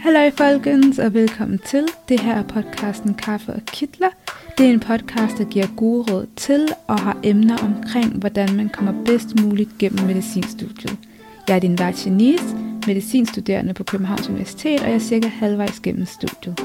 Halløj folkens, og velkommen til. Det her er podcasten Kaffe og Kitler. Det er en podcast, der giver gode råd til og har emner omkring, hvordan man kommer bedst muligt gennem medicinstudiet. Jeg er din vært Janice, medicinstuderende på Københavns Universitet, og jeg er cirka halvvejs gennem studiet.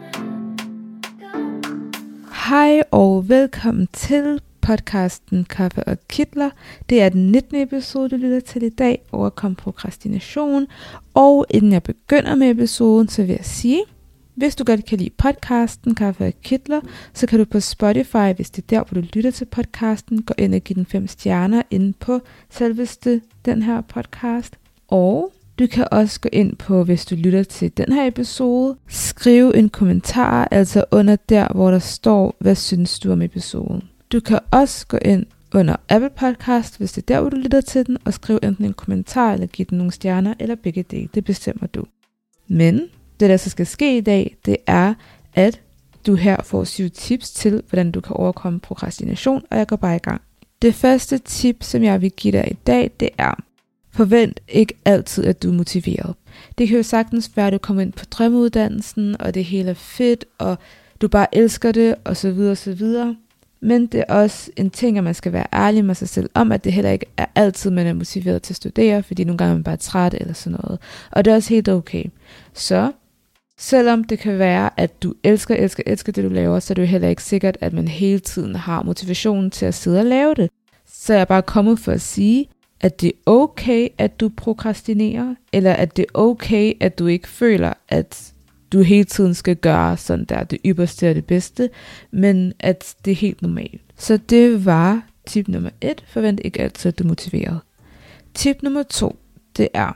Hej og velkommen til podcasten Kaffe og Kitler. Det er den 19. episode, du lytter til i dag, overkom prokrastination. Og inden jeg begynder med episoden, så vil jeg sige, hvis du godt kan lide podcasten Kaffe og Kitler, så kan du på Spotify, hvis det er der, hvor du lytter til podcasten, gå ind og give den 5 stjerner inde på selveste den her podcast. Og du kan også gå ind på, hvis du lytter til den her episode, skrive en kommentar, altså under der, hvor der står, hvad synes du om episoden. Du kan også gå ind under Apple Podcast, hvis det er der, hvor du lytter til den, og skrive enten en kommentar, eller give den nogle stjerner, eller begge dele. Det bestemmer du. Men det, der så skal ske i dag, det er, at du her får 7 tips til, hvordan du kan overkomme prokrastination, og jeg går bare i gang. Det første tip, som jeg vil give dig i dag, det er, forvent ikke altid, at du er motiveret. Det kan jo sagtens være, at du kommer ind på drømmeuddannelsen, og det hele er fedt, og du bare elsker det, og så videre, og så videre. Men det er også en ting, at man skal være ærlig med sig selv om, at det heller ikke er altid, man er motiveret til at studere, fordi nogle gange er man bare træt eller sådan noget. Og det er også helt okay. Så selvom det kan være, at du elsker det, du laver, så er det jo heller ikke sikkert, at man hele tiden har motivationen til at sidde og lave det. Så jeg er bare kommet for at sige, at det er okay, at du prokrastinerer, eller at det er okay, at du ikke føler, at du hele tiden skal gøre sådan der det ypperste og det bedste, men at det er helt normalt. Så det var tip nummer 1. Forvent ikke altid, at du er motiveret. Tip nummer 2, det er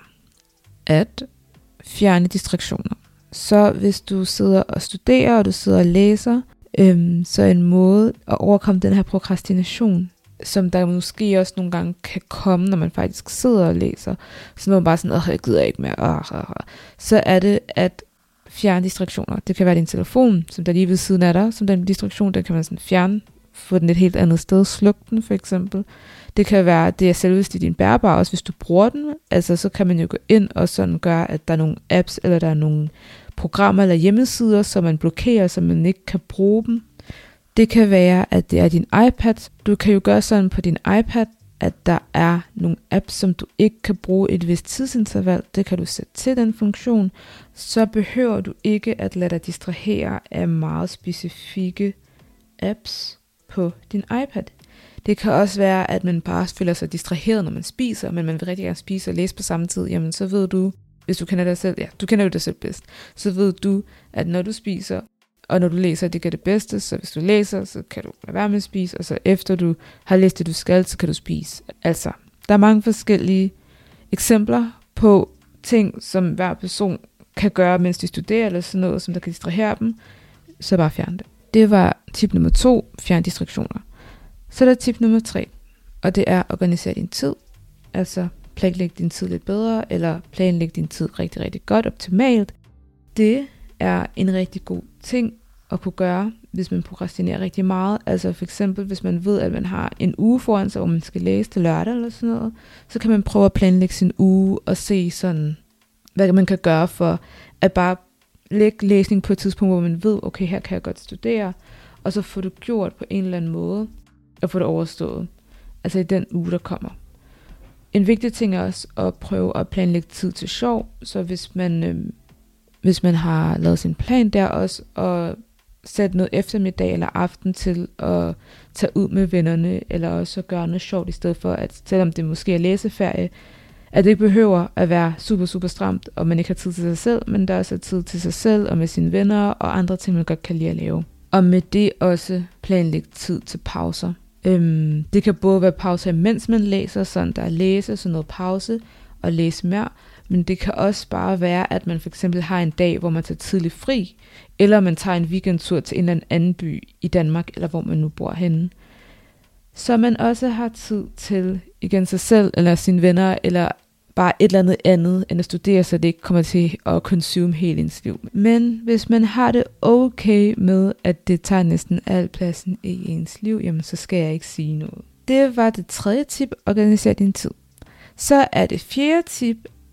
at fjerne distraktioner. Så hvis du sidder og studerer, og du sidder og læser, så en måde at overkomme den her prokrastination, som der måske også nogle gange kan komme, når man faktisk sidder og læser, så når man bare sådan, jeg gider ikke mere, så er det at fjerne distraktioner. Det kan være din telefon, som der lige ved siden af dig, som den distraktion, den kan man sådan fjerne, få den et helt andet sted, slukke den for eksempel. Det kan være, det er selvest i din bærbar, også hvis du bruger den, altså så kan man jo gå ind og sådan gøre, at der er nogle apps, eller der er nogle programmer eller hjemmesider, som man blokerer, så man ikke kan bruge dem. Det kan være, at det er din iPad. Du kan jo gøre sådan på din iPad, at der er nogle apps, som du ikke kan bruge et vist tidsinterval. Det kan du sætte til den funktion. Så behøver du ikke at lade dig distrahere af meget specifikke apps på din iPad. Det kan også være, at man bare føler sig distraheret, når man spiser, men man vil rigtig gerne spise og læse på samme tid. Jamen så ved du, hvis du kender dig selv, du kender jo dig selv bedst, så ved du, at når du spiser, og når du læser, det gør det bedste, så hvis du læser, så kan du lade være med at spise, og så efter du har læst det, du skal, så kan du spise. Altså, der er mange forskellige eksempler på ting, som hver person kan gøre, mens de studerer, eller sådan noget, som der kan distrahere dem, så bare fjern det. Det var tip nummer 2, fjern distraktioner. Så er der tip nummer 3, og det er at organisere din tid, altså planlægge din tid lidt bedre, eller planlægge din tid rigtig, rigtig godt, optimalt. Det er en rigtig god ting at kunne gøre, hvis man prokrastinerer rigtig meget. Altså for eksempel, hvis man ved, at man har en uge foran sig, hvor man skal læse til lørdag eller sådan noget, så kan man prøve at planlægge sin uge og se sådan, hvad man kan gøre for at bare lægge læsning på et tidspunkt, hvor man ved, okay, her kan jeg godt studere, og så få det gjort på en eller anden måde, og få det overstået. Altså i den uge, der kommer. En vigtig ting er også at prøve at planlægge tid til sjov, så hvis man har lavet sin plan der også, og sætte noget eftermiddag eller aften til at tage ud med vennerne, eller også at gøre noget sjovt, i stedet for, at selvom det måske er læseferie, at det ikke behøver at være super, super stramt, og man ikke har tid til sig selv, men der også er tid til sig selv, og med sine venner, og andre ting, man godt kan lide at lave. Og med det også planlægge tid til pauser. Det kan både være pauser, mens man læser, sådan der læser, sådan noget pause, og læse mere, men det kan også bare være, at man for eksempel har en dag, hvor man tager tidligt fri, eller man tager en weekendtur til en eller anden by i Danmark, eller hvor man nu bor henne. Så man også har tid til igen sig selv, eller sine venner, eller bare et eller andet end at studere, så det ikke kommer til at consume hele ens liv. Men hvis man har det okay med, at det tager næsten al pladsen i ens liv, jamen så skal jeg ikke sige noget. Det var det 3. tip, organiser din tid. Så er det 4. tip,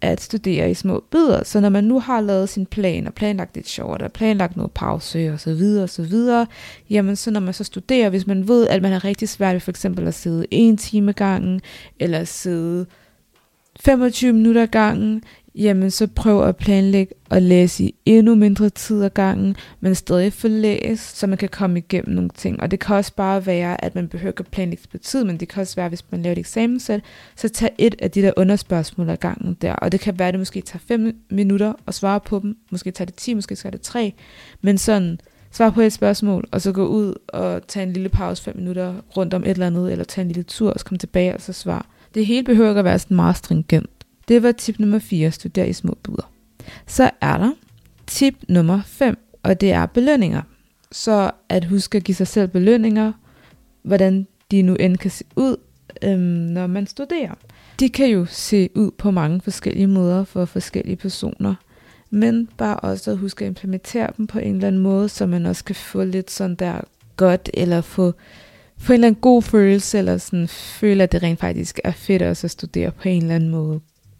at studere i små bidder. Så når man nu har lavet sin plan og planlagt lidt sjovt og planlagt noget pause og så videre, jamen så når man så studerer, hvis man ved, at man er rigtig svært ved for eksempel at sidde 1 time gangen, eller sidde 25 minutter gangen, jamen så prøv at planlægge og læse i endnu mindre tid ad gangen, men stadig få læst, så man kan komme igennem nogle ting. Og det kan også bare være, at man behøver ikke at planlægge på tid, men det kan også være, hvis man laver et eksamenssæt, så tag et af de der underspørgsmål ad gangen der. Og det kan være, at det måske tager 5 minutter at svare på dem, måske tager det 10, måske tager det 3, men sådan svar på et spørgsmål, og så gå ud og tage en lille pause 5 minutter rundt om et eller andet, eller tage en lille tur, og så komme tilbage og så svar. Det hele behøver ikke at være sådan meget stringent. Det var tip nummer 4, studer i små bidder. Så er der tip nummer 5, og det er belønninger. Så at huske at give sig selv belønninger, hvordan de nu end kan se ud, når man studerer. De kan jo se ud på mange forskellige måder for forskellige personer, men bare også at huske at implementere dem på en eller anden måde, så man også kan få lidt sådan der godt, eller få en eller anden god følelse, eller sådan føle, at det rent faktisk er fedt også at studere på en eller anden måde.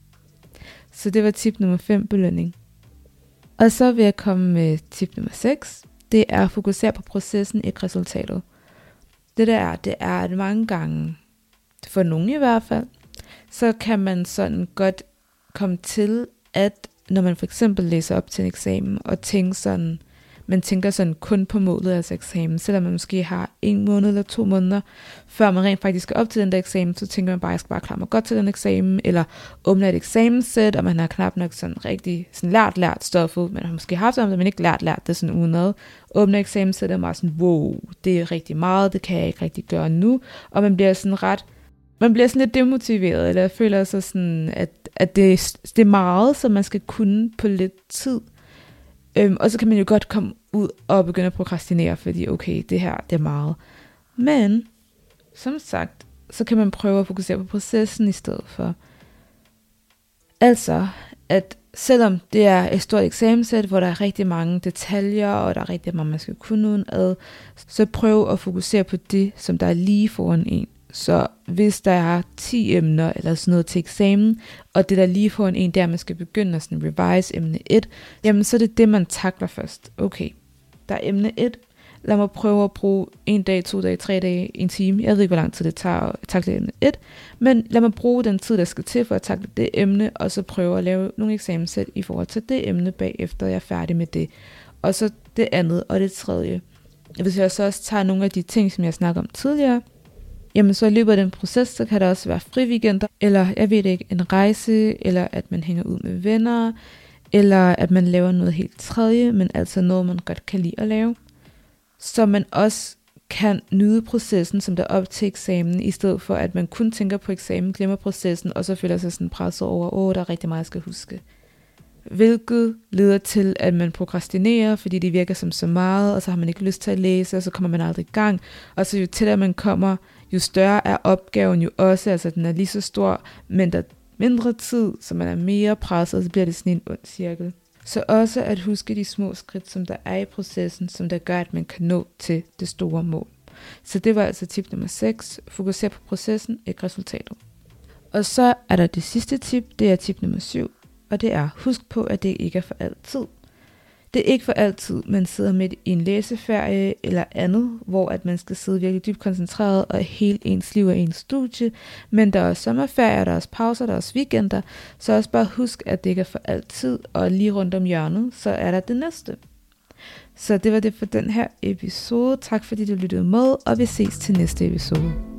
Så det var tip nummer 5, belønning. Og så vil jeg komme med tip nummer 6. Det er at fokusere på processen, ikke resultatet. Det er, at mange gange, for nogen i hvert fald, så kan man sådan godt komme til, at når man for eksempel læser op til en eksamen, og man tænker sådan kun på målet af eksamen, selvom man måske har 1 måned eller 2 måneder, før man rent faktisk skal op til den der eksamen, så tænker man bare, at jeg skal bare klare mig godt til den eksamen, eller åbne et eksamenssæt, og man har knap nok sådan rigtig sådan lært stoffet, man har måske haft det, men ikke lært det sådan udenad. Åbne eksamenssæt er meget sådan, wow, det er rigtig meget, det kan jeg ikke rigtig gøre nu, og man bliver sådan lidt demotiveret, eller føler sig sådan, at det er meget, som man skal kunne på lidt tid. Og så kan man jo godt komme ud og begynde at prokrastinere, fordi okay, det her, det er meget. Men, som sagt, så kan man prøve at fokusere på processen i stedet for. Altså, at selvom det er et stort eksamenssæt, hvor der er rigtig mange detaljer, og der er rigtig meget, man skal kunne udenad, så prøv at fokusere på det, som der er lige foran en. Så hvis der er 10 emner eller sådan noget til eksamen, og det der lige foran en, der man skal begynde at sådan revise emne 1, jamen så er det man takler først. Okay, der er emne 1, lad mig prøve at bruge 1 dag, 2 dage, 3 dage, 1 time. Jeg ved ikke, hvor lang tid det tager at takle emne 1, men lad mig bruge den tid, der skal til for at takle det emne, og så prøve at lave nogle eksamenssæt i forhold til det emne bagefter, jeg er færdig med det. Og så det andet og det tredje. Hvis jeg så også tager nogle af de ting, som jeg snakker om tidligere, jamen så i løbet af den proces, så kan der også være friweekender, eller jeg ved ikke, en rejse, eller at man hænger ud med venner, eller at man laver noget helt tredje, men altså noget, man godt kan lide at lave. Så man også kan nyde processen, som der er op til eksamen, i stedet for at man kun tænker på eksamen, glemmer processen, og så føler sig sådan presset over, der er rigtig meget, jeg skal huske. Hvilket leder til, at man prokrastinerer, fordi det virker som så meget, og så har man ikke lyst til at læse, og så kommer man aldrig i gang. Og så jo tættere man kommer, jo større er opgaven jo også, altså den er lige så stor, men der er mindre tid, så man er mere presset, og så bliver det sådan en ond cirkel. Så også at huske de små skridt, som der er i processen, som der gør, at man kan nå til det store mål. Så det var altså tip nummer 6, fokuser på processen, ikke resultatet. Og så er der det sidste tip, det er tip nummer 7, og det er, husk på, at det ikke er for altid. Det er ikke for altid, man sidder midt i en læseferie eller andet, hvor at man skal sidde virkelig dybt koncentreret, og hele ens liv er ens studie, men der er også sommerferie, der er også pauser, der er også weekender, så også bare husk, at det ikke er for altid, og lige rundt om hjørnet, så er der det næste. Så det var det for den her episode. Tak fordi du lyttede med, og vi ses til næste episode.